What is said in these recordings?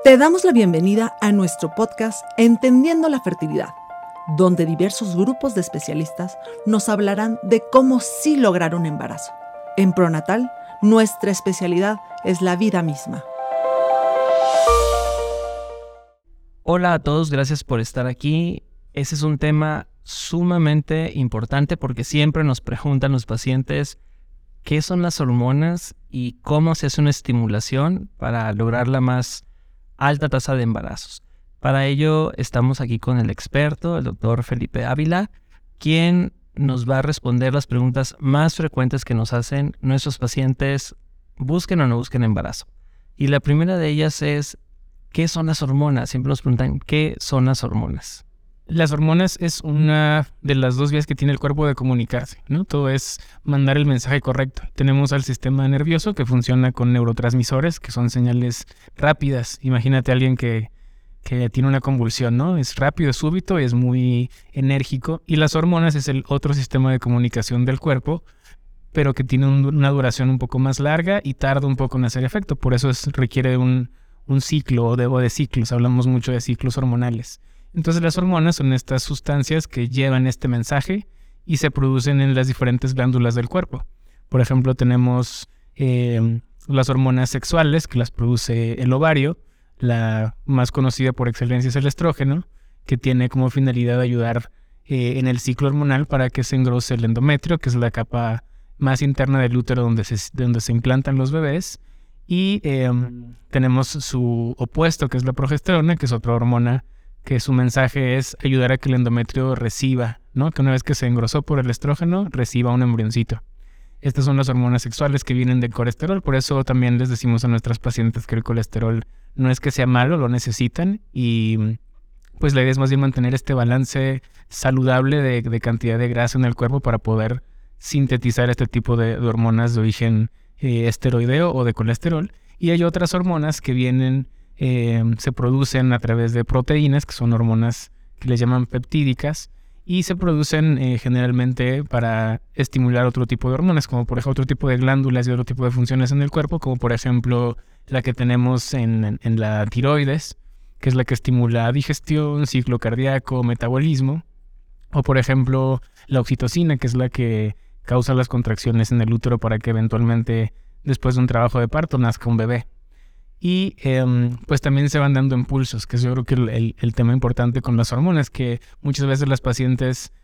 Te damos la bienvenida a nuestro podcast Entendiendo la Fertilidad, donde diversos grupos de especialistas nos hablarán de cómo sí lograr un embarazo. En Pronatal, nuestra especialidad es la vida misma. Hola a todos, gracias por estar aquí. Ese es un tema sumamente importante porque siempre nos preguntan los pacientes qué son las hormonas y cómo se hace una estimulación para lograr la más alta tasa de embarazos. Para ello estamos aquí con el experto, el doctor Felipe Ávila, quien nos va a responder las preguntas más frecuentes que nos hacen nuestros pacientes, busquen o no busquen embarazo. Y la primera de ellas es, ¿qué son las hormonas? Siempre nos preguntan, ¿qué son las hormonas? Las hormonas es una de las dos vías que tiene el cuerpo de comunicarse, ¿no? Todo es mandar el mensaje correcto. Tenemos al sistema nervioso que funciona con neurotransmisores, que son señales rápidas. Imagínate a alguien que tiene una convulsión, ¿no? Es rápido, es súbito, es muy enérgico. Y las hormonas es el otro sistema de comunicación del cuerpo, pero que tiene una duración un poco más larga y tarda un poco en hacer efecto. Por eso requiere un ciclo o de ciclos. Hablamos mucho de ciclos hormonales. Entonces las hormonas son estas sustancias que llevan este mensaje y se producen en las diferentes glándulas del cuerpo. Por ejemplo, tenemos las hormonas sexuales que las produce el ovario. La más conocida por excelencia es el estrógeno, que tiene como finalidad ayudar en el ciclo hormonal para que se engrose el endometrio, que es la capa más interna del útero donde se implantan los bebés. Y tenemos su opuesto, que es la progesterona, que es otra hormona que su mensaje es ayudar a que el endometrio reciba, ¿no? Que una vez que se engrosó por el estrógeno, reciba un embrioncito. Estas son las hormonas sexuales que vienen del colesterol, por eso también les decimos a nuestras pacientes que el colesterol no es que sea malo, lo necesitan y pues la idea es más bien mantener este balance saludable de cantidad de grasa en el cuerpo para poder sintetizar este tipo de hormonas de origen esteroideo o de colesterol. Y hay otras hormonas que vienen se producen a través de proteínas, que son hormonas que les llaman peptídicas, y se producen generalmente para estimular otro tipo de hormonas, como por ejemplo otro tipo de glándulas y otro tipo de funciones en el cuerpo, como por ejemplo la que tenemos en la tiroides, que es la que estimula digestión, ciclo cardíaco, metabolismo, o por ejemplo la oxitocina, que es la que causa las contracciones en el útero para que eventualmente después de un trabajo de parto nazca un bebé. Y pues también se van dando impulsos, que es yo creo que el tema importante con las hormonas, que muchas veces las pacientes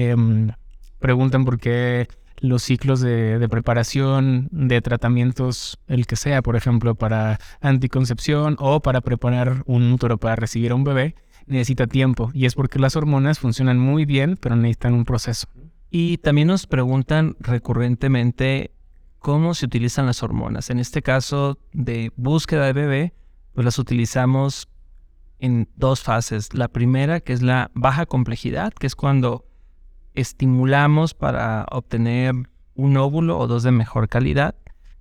preguntan por qué los ciclos de preparación, de tratamientos, el que sea, por ejemplo, para anticoncepción o para preparar un útero para recibir a un bebé, necesita tiempo. Y es porque las hormonas funcionan muy bien, pero necesitan un proceso. Y también nos preguntan recurrentemente cómo se utilizan las hormonas. En este caso de búsqueda de bebé, pues las utilizamos en dos fases. La primera, que es la baja complejidad, que es cuando estimulamos para obtener un óvulo o dos de mejor calidad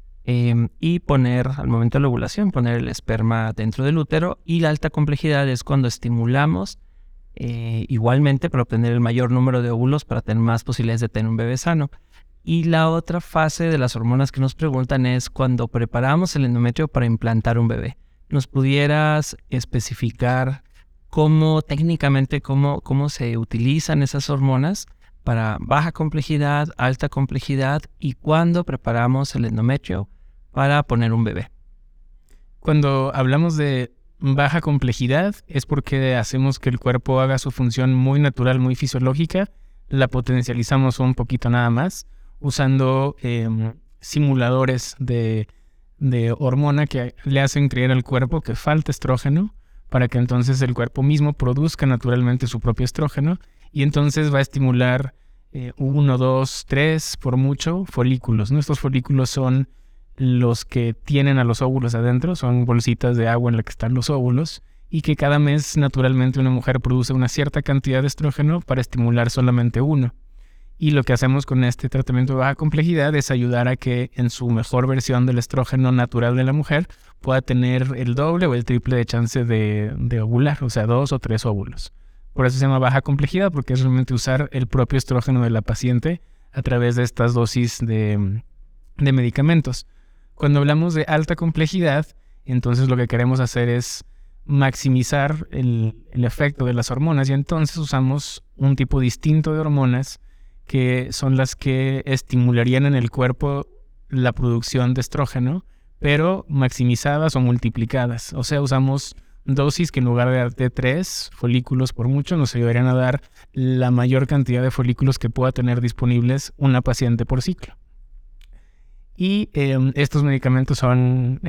y poner, al momento de la ovulación, poner el esperma dentro del útero. Y la alta complejidad es cuando estimulamos igualmente para obtener el mayor número de óvulos para tener más posibilidades de tener un bebé sano. Y la otra fase de las hormonas que nos preguntan es cuando preparamos el endometrio para implantar un bebé. ¿Nos pudieras especificar técnicamente cómo se utilizan esas hormonas para baja complejidad, alta complejidad y cuándo preparamos el endometrio para poner un bebé? Cuando hablamos de baja complejidad es porque hacemos que el cuerpo haga su función muy natural, muy fisiológica, la potencializamos un poquito nada más, usando simuladores de hormona que le hacen creer al cuerpo que falta estrógeno para que entonces el cuerpo mismo produzca naturalmente su propio estrógeno y entonces va a estimular 1, 2, 3 por mucho folículos, ¿no? Estos folículos son los que tienen a los óvulos adentro, son bolsitas de agua en la que están los óvulos y que cada mes naturalmente una mujer produce una cierta cantidad de estrógeno para estimular solamente uno. Y lo que hacemos con este tratamiento de baja complejidad es ayudar a que en su mejor versión del estrógeno natural de la mujer pueda tener el doble o el triple de chance de ovular, o sea, 2 o 3 óvulos. Por eso se llama baja complejidad, porque es realmente usar el propio estrógeno de la paciente a través de estas dosis de medicamentos. Cuando hablamos de alta complejidad, entonces lo que queremos hacer es maximizar el efecto de las hormonas, y entonces usamos un tipo distinto de hormonas que son las que estimularían en el cuerpo la producción de estrógeno, pero maximizadas o multiplicadas. O sea, usamos dosis que en lugar de darte 3 folículos por mucho, nos ayudarían a dar la mayor cantidad de folículos que pueda tener disponibles una paciente por ciclo. Y estos medicamentos son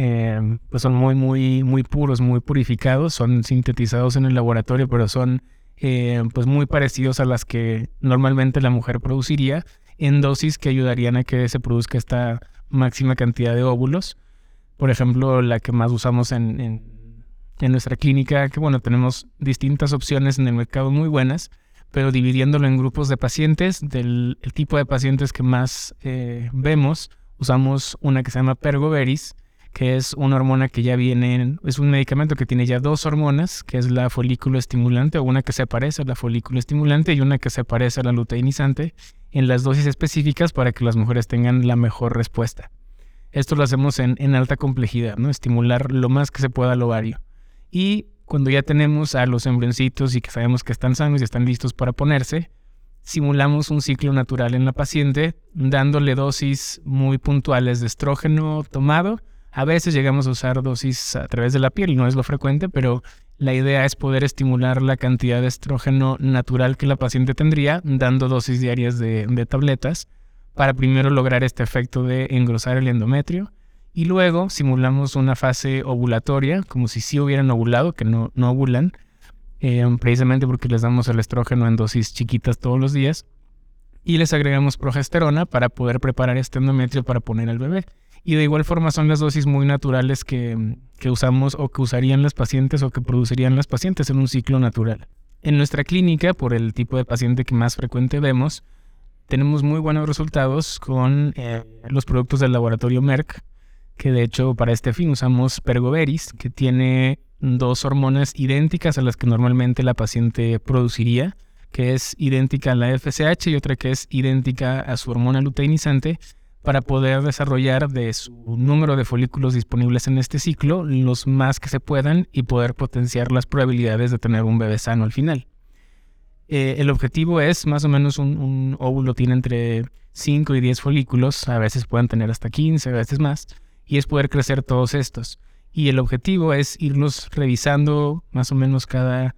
muy puros, muy purificados, son sintetizados en el laboratorio, pero son pues muy parecidos a las que normalmente la mujer produciría, en dosis que ayudarían a que se produzca esta máxima cantidad de óvulos. Por ejemplo, la que más usamos en nuestra clínica, que bueno, tenemos distintas opciones en el mercado muy buenas, pero dividiéndolo en grupos de pacientes, el tipo de pacientes que más vemos, usamos una que se llama Pergoveris, que es una hormona que ya viene, es un medicamento que tiene ya 2 hormonas, que es la folículo estimulante, o una que se parece a la folículo estimulante y una que se parece a la luteinizante, en las dosis específicas para que las mujeres tengan la mejor respuesta. Esto lo hacemos en alta complejidad, ¿no? Estimular lo más que se pueda al ovario. Y cuando ya tenemos a los embrioncitos y que sabemos que están sanos y están listos para ponerse, simulamos un ciclo natural en la paciente, dándole dosis muy puntuales de estrógeno tomado. A veces llegamos a usar dosis a través de la piel, no es lo frecuente, pero la idea es poder estimular la cantidad de estrógeno natural que la paciente tendría, dando dosis diarias de tabletas, para primero lograr este efecto de engrosar el endometrio, y luego simulamos una fase ovulatoria, como si sí hubieran ovulado, que no ovulan, precisamente porque les damos el estrógeno en dosis chiquitas todos los días, y les agregamos progesterona para poder preparar este endometrio para poner al bebé. Y de igual forma son las dosis muy naturales que usamos o que usarían las pacientes o que producirían las pacientes en un ciclo natural. En nuestra clínica, por el tipo de paciente que más frecuente vemos, tenemos muy buenos resultados con los productos del laboratorio Merck, que de hecho para este fin usamos Pergoveris, que tiene 2 hormonas idénticas a las que normalmente la paciente produciría, que es idéntica a la FSH y otra que es idéntica a su hormona luteinizante, para poder desarrollar de su número de folículos disponibles en este ciclo los más que se puedan y poder potenciar las probabilidades de tener un bebé sano al final. El objetivo es más o menos un óvulo tiene entre 5 y 10 folículos, a veces pueden tener hasta 15, a veces más, y es poder crecer todos estos. Y el objetivo es irlos revisando más o menos cada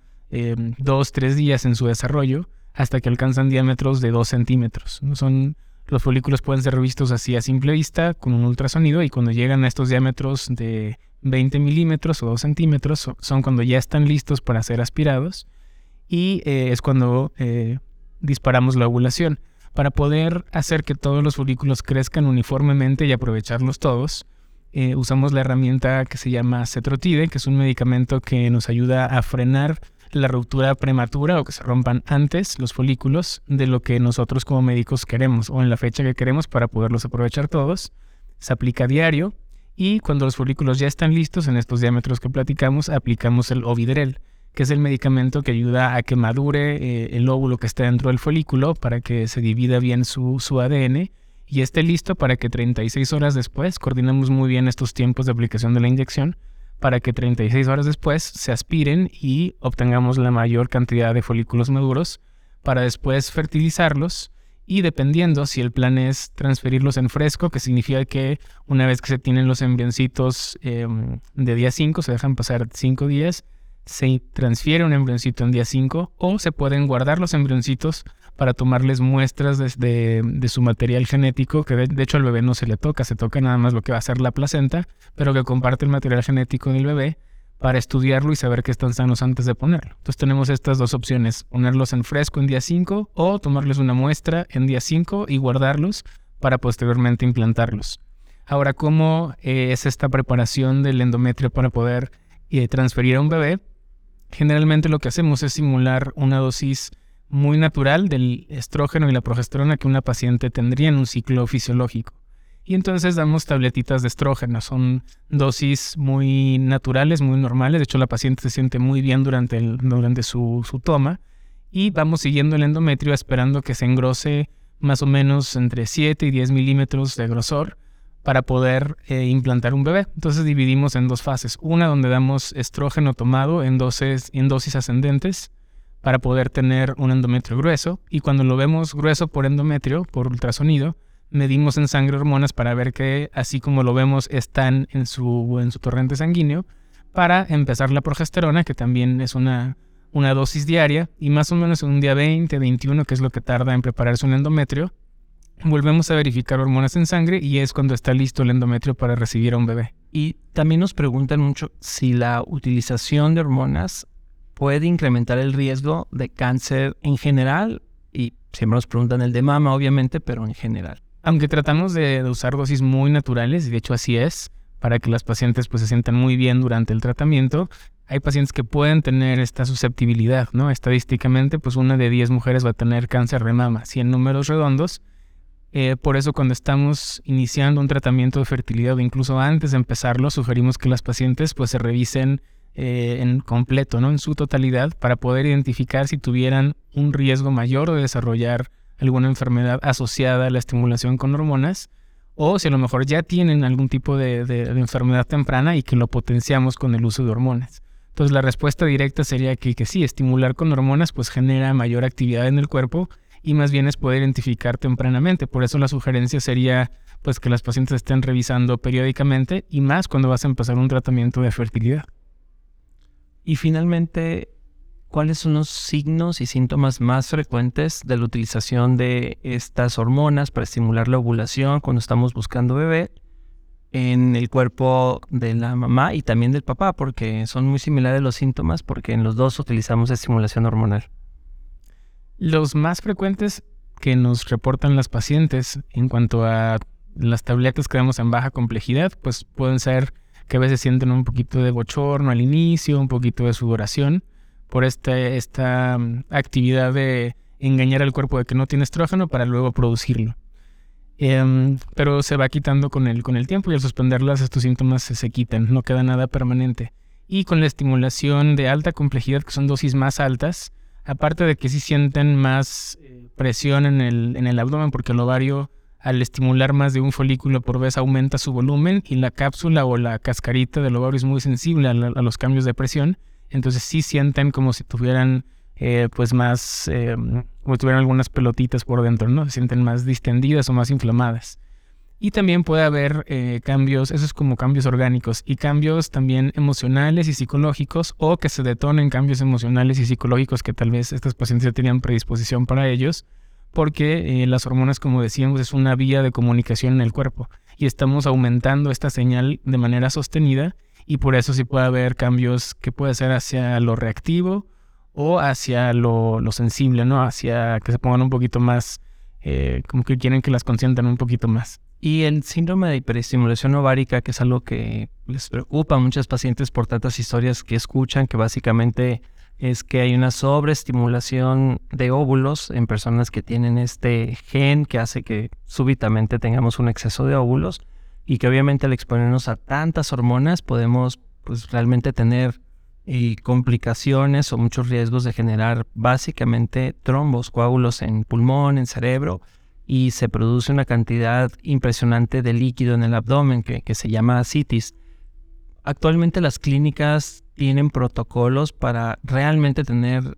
2-3 días en su desarrollo hasta que alcanzan diámetros de 2 centímetros. Los folículos pueden ser vistos así a simple vista con un ultrasonido, y cuando llegan a estos diámetros de 20 milímetros o 2 centímetros son cuando ya están listos para ser aspirados, y es cuando disparamos la ovulación. Para poder hacer que todos los folículos crezcan uniformemente y aprovecharlos todos, usamos la herramienta que se llama Cetrotide, que es un medicamento que nos ayuda a frenar la ruptura prematura o que se rompan antes los folículos de lo que nosotros como médicos queremos o en la fecha que queremos para poderlos aprovechar todos. Se aplica a diario, y cuando los folículos ya están listos en estos diámetros que platicamos, aplicamos el Ovidrel, que es el medicamento que ayuda a que madure el óvulo que está dentro del folículo para que se divida bien su ADN y esté listo para que 36 horas después, coordinamos muy bien estos tiempos de aplicación de la inyección, para que 36 horas después se aspiren y obtengamos la mayor cantidad de folículos maduros para después fertilizarlos, y dependiendo si el plan es transferirlos en fresco, que significa que una vez que se tienen los embrioncitos de día 5, se dejan pasar 5 días, se transfiere un embrioncito en día 5, o se pueden guardar los embrioncitos para tomarles muestras de su material genético, que de hecho al bebé no se le toca, se toca nada más lo que va a ser la placenta, pero que comparte el material genético del bebé para estudiarlo y saber que están sanos antes de ponerlo. Entonces tenemos estas 2 opciones: ponerlos en fresco en día 5 o tomarles una muestra en día 5 y guardarlos para posteriormente implantarlos. Ahora, ¿cómo es esta preparación del endometrio para poder transferir a un bebé? Generalmente lo que hacemos es simular una dosis muy natural del estrógeno y la progesterona que una paciente tendría en un ciclo fisiológico. Y entonces damos tabletitas de estrógeno. Son dosis muy naturales, muy normales. De hecho, la paciente se siente muy bien durante su toma. Y vamos siguiendo el endometrio esperando que se engrose más o menos entre 7 y 10 milímetros de grosor para poder implantar un bebé. Entonces dividimos en 2 fases. Una donde damos estrógeno tomado en dosis ascendentes para poder tener un endometrio grueso. Y cuando lo vemos grueso por endometrio, por ultrasonido, medimos en sangre hormonas para ver que, así como lo vemos, están en su torrente sanguíneo, para empezar la progesterona, que también es una dosis diaria, y más o menos en un día 20, 21, que es lo que tarda en prepararse un endometrio, volvemos a verificar hormonas en sangre y es cuando está listo el endometrio para recibir a un bebé. Y también nos preguntan mucho si la utilización de hormonas puede incrementar el riesgo de cáncer en general, y siempre nos preguntan el de mama, obviamente, pero en general. Aunque tratamos de usar dosis muy naturales, y de hecho así es, para que las pacientes pues se sientan muy bien durante el tratamiento, hay pacientes que pueden tener esta susceptibilidad, ¿no? Estadísticamente, pues 1 de 10 mujeres va a tener cáncer de mama, si en números redondos. Por eso cuando estamos iniciando un tratamiento de fertilidad o incluso antes de empezarlo, sugerimos que las pacientes pues se revisen en completo, ¿no? En su totalidad, para poder identificar si tuvieran un riesgo mayor de desarrollar alguna enfermedad asociada a la estimulación con hormonas, o si a lo mejor ya tienen algún tipo de enfermedad temprana y que lo potenciamos con el uso de hormonas. Entonces la respuesta directa sería que sí, estimular con hormonas pues genera mayor actividad en el cuerpo y más bien es poder identificar tempranamente. Por eso la sugerencia sería pues que las pacientes estén revisando periódicamente y más cuando vas a empezar un tratamiento de fertilidad. Y finalmente, ¿cuáles son los signos y síntomas más frecuentes de la utilización de estas hormonas para estimular la ovulación cuando estamos buscando bebé en el cuerpo de la mamá y también del papá? Porque son muy similares los síntomas, porque en los dos utilizamos estimulación hormonal. Los más frecuentes que nos reportan las pacientes en cuanto a las tabletas que damos en baja complejidad, pues pueden ser que a veces sienten un poquito de bochorno al inicio, un poquito de sudoración, por esta actividad de engañar al cuerpo de que no tiene estrógeno para luego producirlo. Pero se va quitando con el tiempo y al suspenderlas estos síntomas se quitan, no queda nada permanente. Y con la estimulación de alta complejidad, que son dosis más altas, aparte de que sí sienten más presión en el abdomen, porque el ovario al estimular más de un folículo por vez aumenta su volumen y la cápsula o la cascarita del ovario es muy sensible a los cambios de presión. Entonces sí sienten como si tuvieran pues más, como si tuvieran algunas pelotitas por dentro, ¿no? Se sienten más distendidas o más inflamadas. Y también puede haber cambios, eso es como cambios orgánicos, y cambios también emocionales y psicológicos, o que se detonen cambios emocionales y psicológicos que tal vez estas pacientes ya tenían predisposición para ellos, porque las hormonas, como decíamos, es una vía de comunicación en el cuerpo, y estamos aumentando esta señal de manera sostenida, y por eso sí puede haber cambios que puede ser hacia lo reactivo o hacia lo sensible, ¿no? Hacia que se pongan un poquito más, como que quieren que las consientan un poquito más. Y el síndrome de hiperestimulación ovárica, que es algo que les preocupa a muchos pacientes por tantas historias que escuchan, que básicamente es que hay una sobreestimulación de óvulos en personas que tienen este gen que hace que súbitamente tengamos un exceso de óvulos, y que obviamente al exponernos a tantas hormonas podemos pues realmente tener complicaciones o muchos riesgos de generar básicamente trombos, coágulos en pulmón, en cerebro, y se produce una cantidad impresionante de líquido en el abdomen que se llama ascitis. Actualmente las clínicas tienen protocolos para realmente tener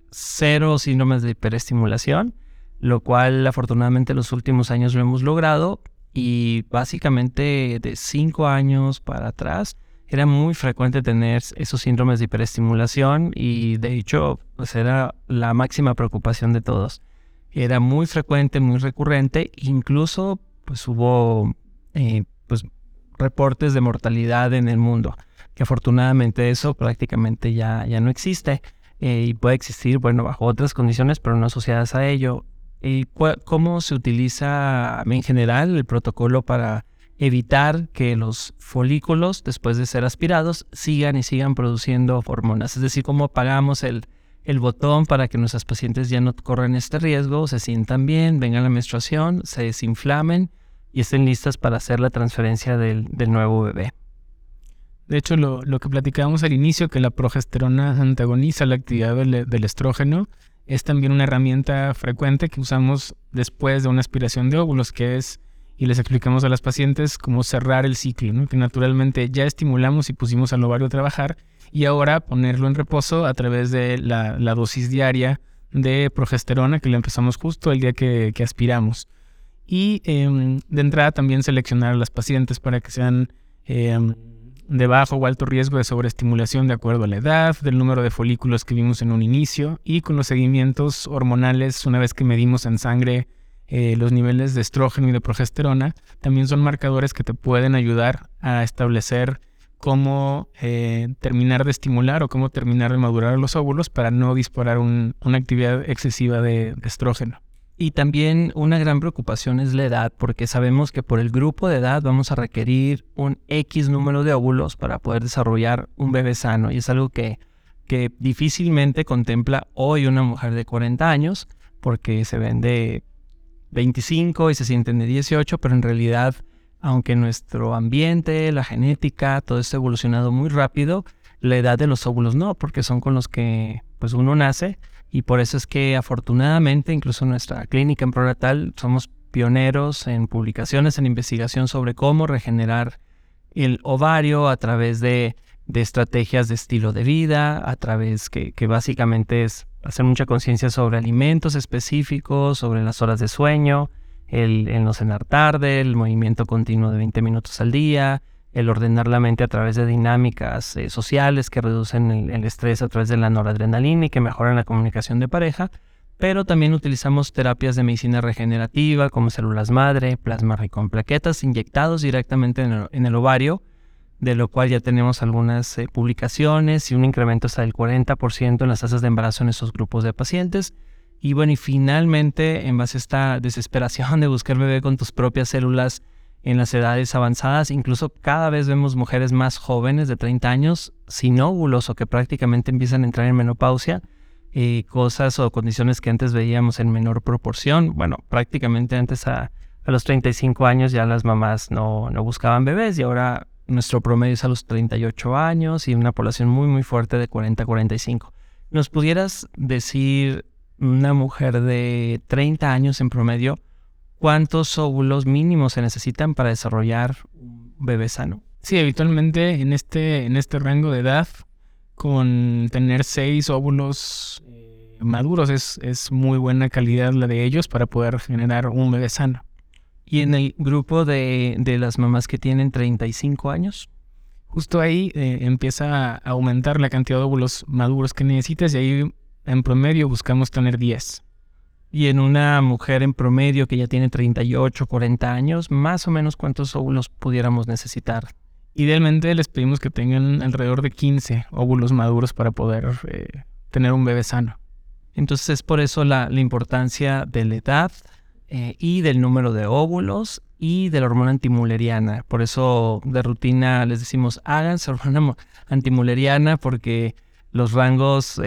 0 síndromes de hiperestimulación, lo cual afortunadamente en los últimos años lo hemos logrado, y básicamente de 5 años para atrás era muy frecuente tener esos síndromes de hiperestimulación, y de hecho pues era la máxima preocupación de todos. Era muy frecuente, muy recurrente, incluso pues hubo reportes de mortalidad en el mundo, que afortunadamente eso prácticamente ya no existe, y puede existir, bueno, bajo otras condiciones, pero no asociadas a ello. ¿Cómo se utiliza en general el protocolo para evitar que los folículos, después de ser aspirados, sigan produciendo hormonas? Es decir, ¿cómo apagamos el botón para que nuestras pacientes ya no corran este riesgo, se sientan bien, vengan a la menstruación, se desinflamen y estén listas para hacer la transferencia del nuevo bebé? De hecho, lo que platicábamos al inicio, que la progesterona antagoniza la actividad del estrógeno, es también una herramienta frecuente que usamos después de una aspiración de óvulos, que es y les explicamos a las pacientes cómo cerrar el ciclo, ¿no? Que naturalmente ya estimulamos y pusimos al ovario a trabajar y ahora ponerlo en reposo a través de la dosis diaria de progesterona que le empezamos justo el día que aspiramos. Y de entrada también seleccionar a las pacientes para que sean de bajo o alto riesgo de sobreestimulación de acuerdo a la edad, del número de folículos que vimos en un inicio y con los seguimientos hormonales una vez que medimos en sangre los niveles de estrógeno y de progesterona. También son marcadores que te pueden ayudar a establecer cómo terminar de estimular o cómo terminar de madurar los óvulos para no disparar una actividad excesiva de estrógeno. Y también una gran preocupación es la edad, porque sabemos que por el grupo de edad vamos a requerir un X número de óvulos para poder desarrollar un bebé sano. Y es algo que difícilmente contempla hoy una mujer de 40 años, porque se ven de 25 y se sienten de 18, pero en realidad, aunque nuestro ambiente, la genética, todo esto ha evolucionado muy rápido, la edad de los óvulos no, porque son con los que pues uno nace. Y por eso es que afortunadamente, incluso en nuestra clínica en Pronatal, somos pioneros en publicaciones, en investigación sobre cómo regenerar el ovario a través de estrategias de estilo de vida, a través que básicamente es hacer mucha conciencia sobre alimentos específicos, sobre las horas de sueño, el no cenar tarde, el movimiento continuo de 20 minutos al día, el ordenar la mente a través de dinámicas sociales que reducen el estrés a través de la noradrenalina y que mejoran la comunicación de pareja, pero también utilizamos terapias de medicina regenerativa como células madre, plasma rico en plaquetas inyectados directamente en el ovario, de lo cual ya tenemos algunas publicaciones y un incremento hasta del 40% en las tasas de embarazo en esos grupos de pacientes. Y bueno, y finalmente, en base a esta desesperación de buscar bebé con tus propias células, en las edades avanzadas, incluso cada vez vemos mujeres más jóvenes de 30 años sin óvulos o que prácticamente empiezan a entrar en menopausia, cosas o condiciones que antes veíamos en menor proporción. Bueno, prácticamente antes a los 35 años ya las mamás no buscaban bebés y ahora nuestro promedio es a los 38 años y una población muy muy fuerte de 40 a 45. ¿Nos pudieras decir, una mujer de 30 años en promedio, cuántos óvulos mínimos se necesitan para desarrollar un bebé sano? Sí, habitualmente en este rango de edad, con tener 6 óvulos maduros es muy buena calidad la de ellos para poder generar un bebé sano. ¿Y en el grupo de las mamás que tienen 35 años? Justo ahí empieza a aumentar la cantidad de óvulos maduros que necesitas y ahí en promedio buscamos tener 10. Y en una mujer en promedio que ya tiene 38, 40 años, más o menos ¿cuántos óvulos pudiéramos necesitar? Idealmente les pedimos que tengan alrededor de 15 óvulos maduros para poder tener un bebé sano. Entonces es por eso la importancia de la edad y del número de óvulos y de la hormona antimuleriana. Por eso de rutina les decimos háganse hormona antimuleriana, porque los rangos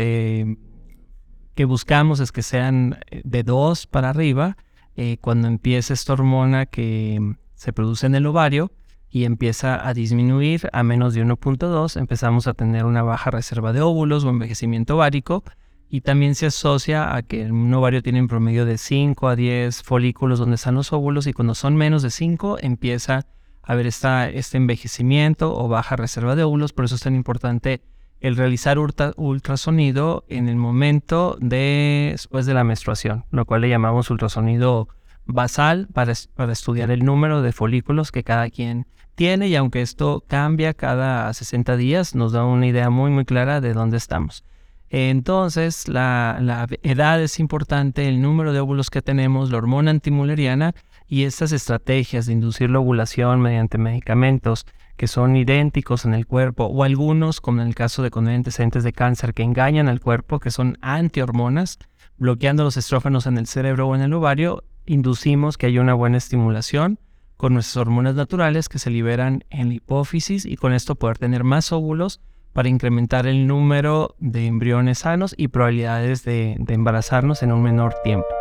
que buscamos es que sean de 2 para arriba cuando empieza esta hormona que se produce en el ovario y empieza a disminuir a menos de 1.2, empezamos a tener una baja reserva de óvulos o envejecimiento ovárico, y también se asocia a que un ovario tiene en promedio de 5 a 10 folículos donde están los óvulos, y cuando son menos de 5 empieza a haber este envejecimiento o baja reserva de óvulos. Por eso es tan importante el realizar ultrasonido en el momento después de la menstruación, lo cual le llamamos ultrasonido basal para estudiar el número de folículos que cada quien tiene, y aunque esto cambia cada 60 días, nos da una idea muy muy clara de dónde estamos. Entonces, la edad es importante, el número de óvulos que tenemos, la hormona antimuleriana y estas estrategias de inducir la ovulación mediante medicamentos que son idénticos en el cuerpo, o algunos, como en el caso de con antecedentes de cáncer, que engañan al cuerpo, que son antihormonas, bloqueando los estrógenos en el cerebro o en el ovario, inducimos que haya una buena estimulación con nuestras hormonas naturales que se liberan en la hipófisis, y con esto poder tener más óvulos para incrementar el número de embriones sanos y probabilidades de embarazarnos en un menor tiempo.